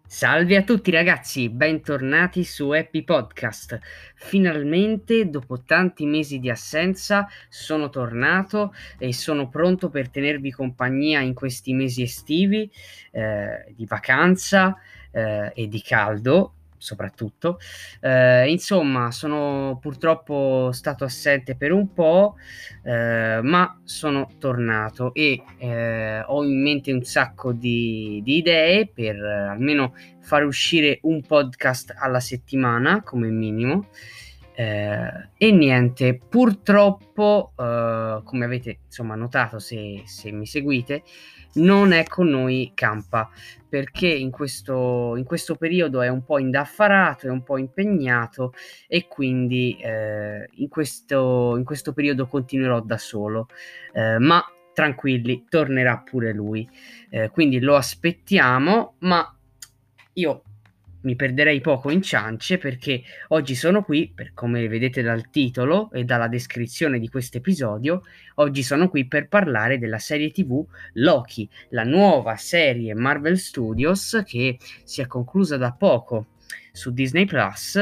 Salve a tutti ragazzi, bentornati su Happy Podcast. Finalmente, dopo tanti mesi di assenza, sono tornato e sono pronto per tenervi compagnia in questi mesi estivi, di vacanza, e di caldo, soprattutto. Insomma, sono purtroppo stato assente per un po', ma sono tornato e ho in mente un sacco di idee per almeno fare uscire un podcast alla settimana come minimo. E niente, purtroppo, come avete insomma notato se mi seguite, non è con noi Campa, perché in questo periodo è un po' indaffarato, è un po' impegnato e quindi in questo periodo continuerò da solo. Ma tranquilli, tornerà pure lui. Quindi lo aspettiamo, ma io mi perderei poco in ciance perché oggi sono qui, per come vedete dal titolo e dalla descrizione di questo episodio, oggi sono qui per parlare della serie TV Loki, la nuova serie Marvel Studios che si è conclusa da poco su Disney Plus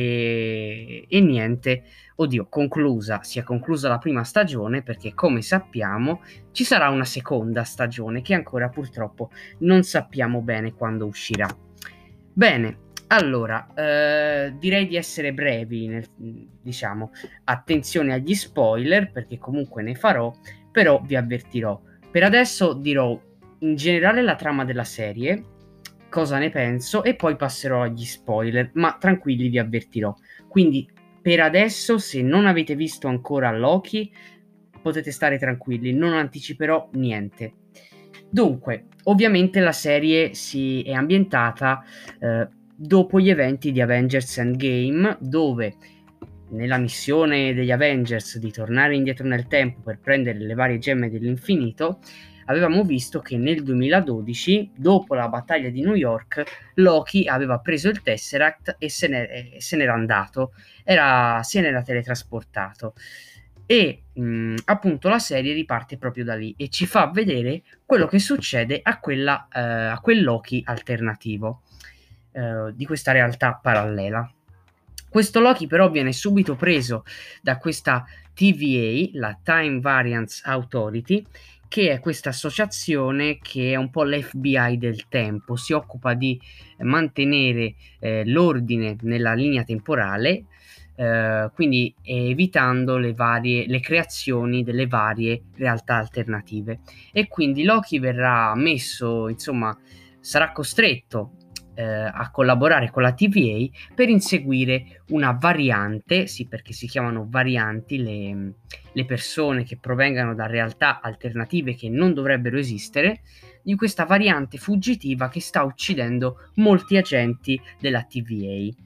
e niente, oddio, si è conclusa la prima stagione perché come sappiamo ci sarà una seconda stagione che ancora purtroppo non sappiamo bene quando uscirà. Bene, allora, direi di essere brevi, diciamo, attenzione agli spoiler perché comunque ne farò, però vi avvertirò. Per adesso dirò in generale la trama della serie, cosa ne penso e poi passerò agli spoiler, ma tranquilli vi avvertirò. Quindi per adesso, se non avete visto ancora Loki, potete stare tranquilli, non anticiperò niente. Dunque, ovviamente la serie si è ambientata dopo gli eventi di Avengers Endgame, dove nella missione degli Avengers di tornare indietro nel tempo per prendere le varie gemme dell'infinito, avevamo visto che nel 2012, dopo la battaglia di New York, Loki aveva preso il Tesseract e se n'era andato, se n'era teletrasportato. E appunto la serie riparte proprio da lì e ci fa vedere quello che succede a quel Loki alternativo di questa realtà parallela. Questo Loki però viene subito preso da questa TVA, la Time Variance Authority, che è questa associazione che è un po' l'FBI del tempo, si occupa di mantenere l'ordine nella linea temporale, quindi evitando le creazioni delle varie realtà alternative. E quindi Loki verrà messo, insomma, sarà costretto a collaborare con la TVA per inseguire una variante, sì, perché si chiamano varianti le persone che provengano da realtà alternative che non dovrebbero esistere, di questa variante fuggitiva che sta uccidendo molti agenti della TVA.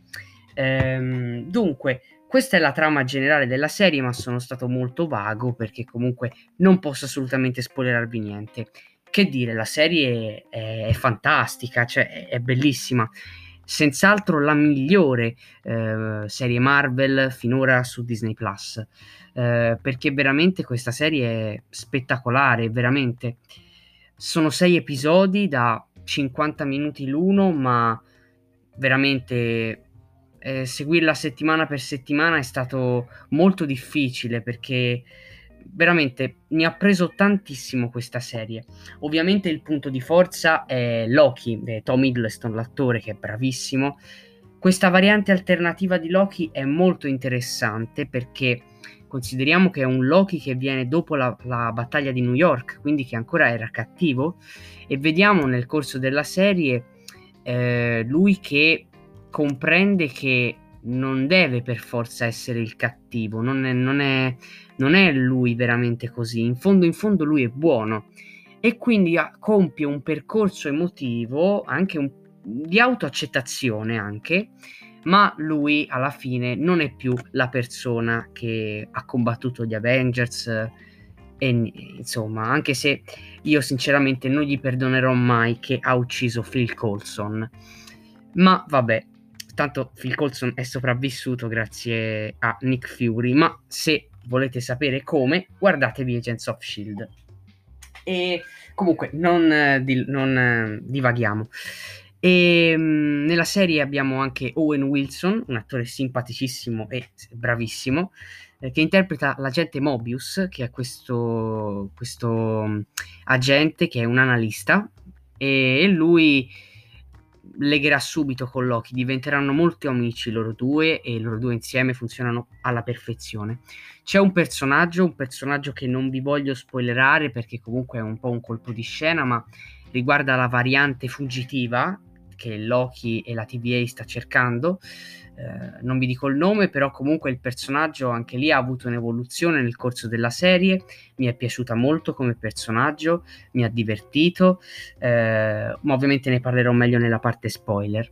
Dunque, questa è la trama generale della serie, ma sono stato molto vago perché comunque non posso assolutamente spoilerarvi niente. Che dire, la serie è fantastica, cioè è bellissima. Senz'altro la migliore serie Marvel finora su Disney Plus. Perché veramente questa serie è spettacolare, veramente. Sono 6 episodi da 50 minuti l'uno, ma veramente seguirla settimana per settimana è stato molto difficile perché veramente mi ha preso tantissimo questa serie. Ovviamente il punto di forza è Loki, Tom Hiddleston, l'attore che è bravissimo. Questa variante alternativa di Loki è molto interessante perché consideriamo che è un Loki che viene dopo la battaglia di New York, quindi che ancora era cattivo, e vediamo nel corso della serie lui che comprende che non deve per forza essere il cattivo, non è lui veramente così, in fondo lui è buono e quindi compie un percorso emotivo anche di autoaccettazione anche, ma lui alla fine non è più la persona che ha combattuto gli Avengers e insomma, anche se io sinceramente non gli perdonerò mai che ha ucciso Phil Coulson. Ma vabbè, tanto Phil Coulson è sopravvissuto grazie a Nick Fury, ma se volete sapere come, guardatevi Agents of S.H.I.E.L.D. E comunque non divaghiamo. E nella serie abbiamo anche Owen Wilson, un attore simpaticissimo e bravissimo, che interpreta l'agente Mobius, che è questo agente che è un analista, e lui legherà subito con Loki, diventeranno molto amici loro due e loro due insieme funzionano alla perfezione. C'è un personaggio che non vi voglio spoilerare perché comunque è un po' un colpo di scena, ma riguarda la variante fuggitiva che Loki e la TVA sta cercando. Non vi dico il nome, però comunque il personaggio anche lì ha avuto un'evoluzione nel corso della serie. Mi è piaciuta molto come personaggio, mi ha divertito, ma ovviamente ne parlerò meglio nella parte spoiler.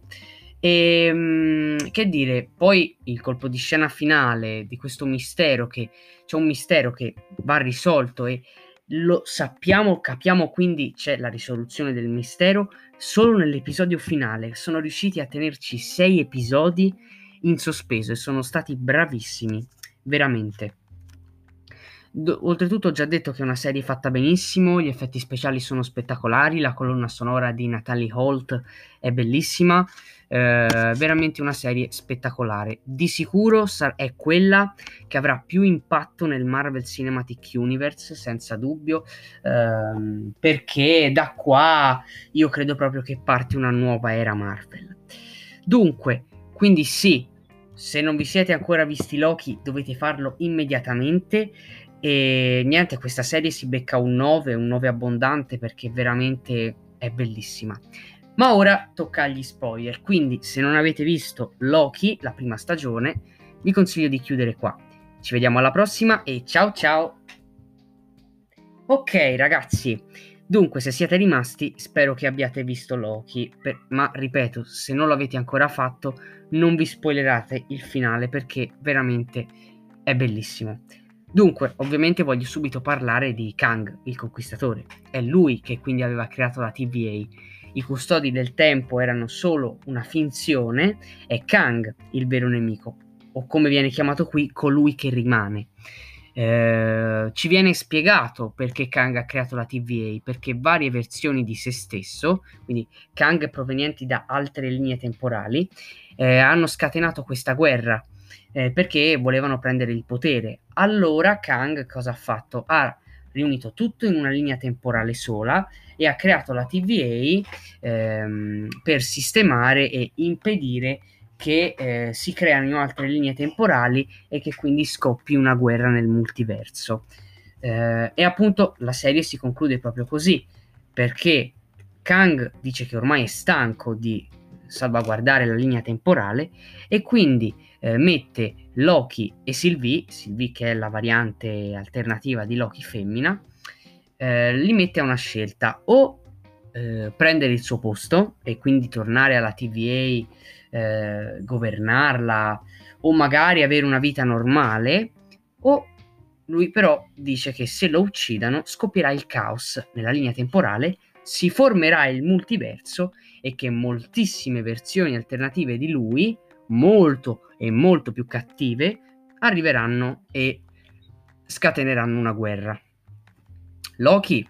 E che dire, poi il colpo di scena finale di questo mistero, che c'è un mistero che va risolto e lo sappiamo, capiamo, quindi c'è la risoluzione del mistero solo nell'episodio finale. Sono riusciti a tenerci 6 episodi in sospeso e sono stati bravissimi, veramente. Oltretutto ho già detto che è una serie fatta benissimo, gli effetti speciali sono spettacolari, la colonna sonora di Natalie Holt è bellissima, veramente una serie spettacolare. Di sicuro è quella che avrà più impatto nel Marvel Cinematic Universe, senza dubbio, perché da qua io credo proprio che parte una nuova era Marvel. Dunque, quindi sì, se non vi siete ancora visti Loki dovete farlo immediatamente. E niente, questa serie si becca un 9 abbondante perché veramente è bellissima. Ma ora tocca agli spoiler, quindi se non avete visto Loki, la prima stagione, vi consiglio di chiudere qua. Ci vediamo alla prossima e ciao ciao! Ok ragazzi, dunque se siete rimasti spero che abbiate visto Loki, ma ripeto, se non l'avete ancora fatto non vi spoilerate il finale perché veramente è bellissimo. Dunque, ovviamente voglio subito parlare di Kang, il conquistatore. È lui che quindi aveva creato la TVA. I custodi del tempo erano solo una finzione, è Kang il vero nemico, o come viene chiamato qui, colui che rimane. Ci viene spiegato perché Kang ha creato la TVA, perché varie versioni di se stesso, quindi Kang provenienti da altre linee temporali, hanno scatenato questa guerra perché volevano prendere il potere. Allora Kang cosa ha fatto? Ha riunito tutto in una linea temporale sola e ha creato la TVA per sistemare e impedire che si creano altre linee temporali e che quindi scoppi una guerra nel multiverso. E appunto la serie si conclude proprio così, perché Kang dice che ormai è stanco di salvaguardare la linea temporale e quindi mette Loki e Sylvie che è la variante alternativa di Loki femmina, li mette a una scelta: o prendere il suo posto e quindi tornare alla TVA, governarla o magari avere una vita normale, o lui però dice che se lo uccidano scoppierà il caos nella linea temporale, si formerà il multiverso e che moltissime versioni alternative di lui, molto e molto più cattive, arriveranno e scateneranno una guerra. Loki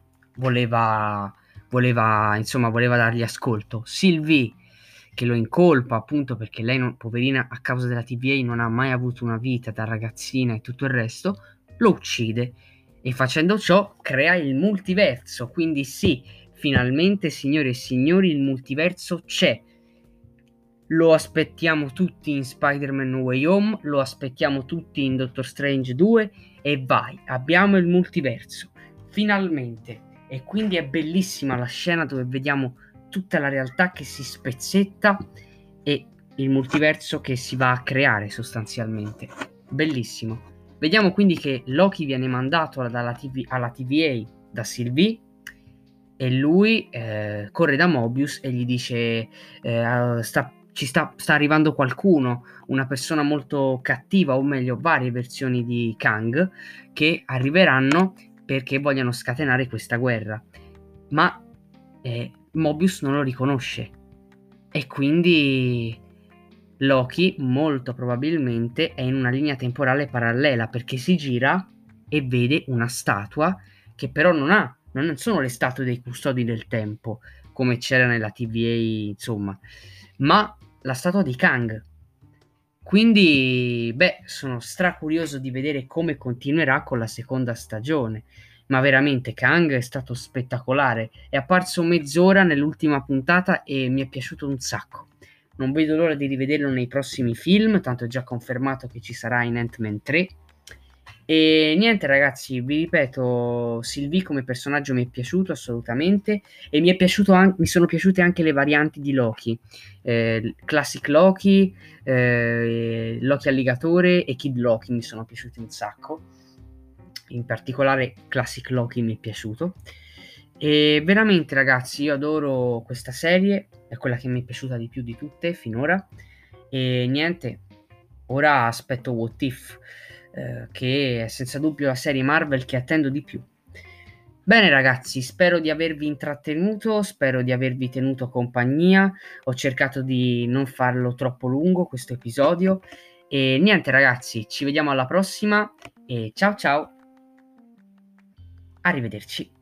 voleva dargli ascolto. Sylvie, che lo incolpa appunto perché lei, poverina, a causa della TVA non ha mai avuto una vita da ragazzina e tutto il resto, lo uccide e facendo ciò crea il multiverso. Quindi sì, finalmente, signore e signori, il multiverso c'è. Lo aspettiamo tutti in Spider-Man No Way Home, lo aspettiamo tutti in Doctor Strange 2 e vai, abbiamo il multiverso, finalmente. E quindi è bellissima la scena dove vediamo tutta la realtà che si spezzetta e il multiverso che si va a creare sostanzialmente. Bellissimo. Vediamo quindi che Loki viene mandato alla TVA da Sylvie e lui corre da Mobius e gli dice sta arrivando qualcuno, una persona molto cattiva, o meglio varie versioni di Kang che arriveranno perché vogliono scatenare questa guerra, ma Mobius non lo riconosce e quindi Loki molto probabilmente è in una linea temporale parallela perché si gira e vede una statua che però non sono le statue dei custodi del tempo. come c'era nella TVA, insomma, ma la statua di Kang. Quindi, beh, sono stracurioso di vedere come continuerà con la seconda stagione. Ma veramente Kang è stato spettacolare. È apparso mezz'ora nell'ultima puntata e mi è piaciuto un sacco. Non vedo l'ora di rivederlo nei prossimi film, tanto è già confermato che ci sarà in Ant-Man 3. E niente ragazzi, vi ripeto, Sylvie come personaggio mi è piaciuto assolutamente e mi sono piaciute anche le varianti di Loki, Classic Loki, Loki Alligatore e Kid Loki mi sono piaciuti un sacco, in particolare Classic Loki mi è piaciuto e veramente ragazzi io adoro questa serie, è quella che mi è piaciuta di più di tutte finora e niente, ora aspetto What If, che è senza dubbio la serie Marvel che attendo di più. Bene ragazzi, spero di avervi intrattenuto, spero di avervi tenuto compagnia, ho cercato di non farlo troppo lungo questo episodio e niente ragazzi, ci vediamo alla prossima e ciao ciao, arrivederci.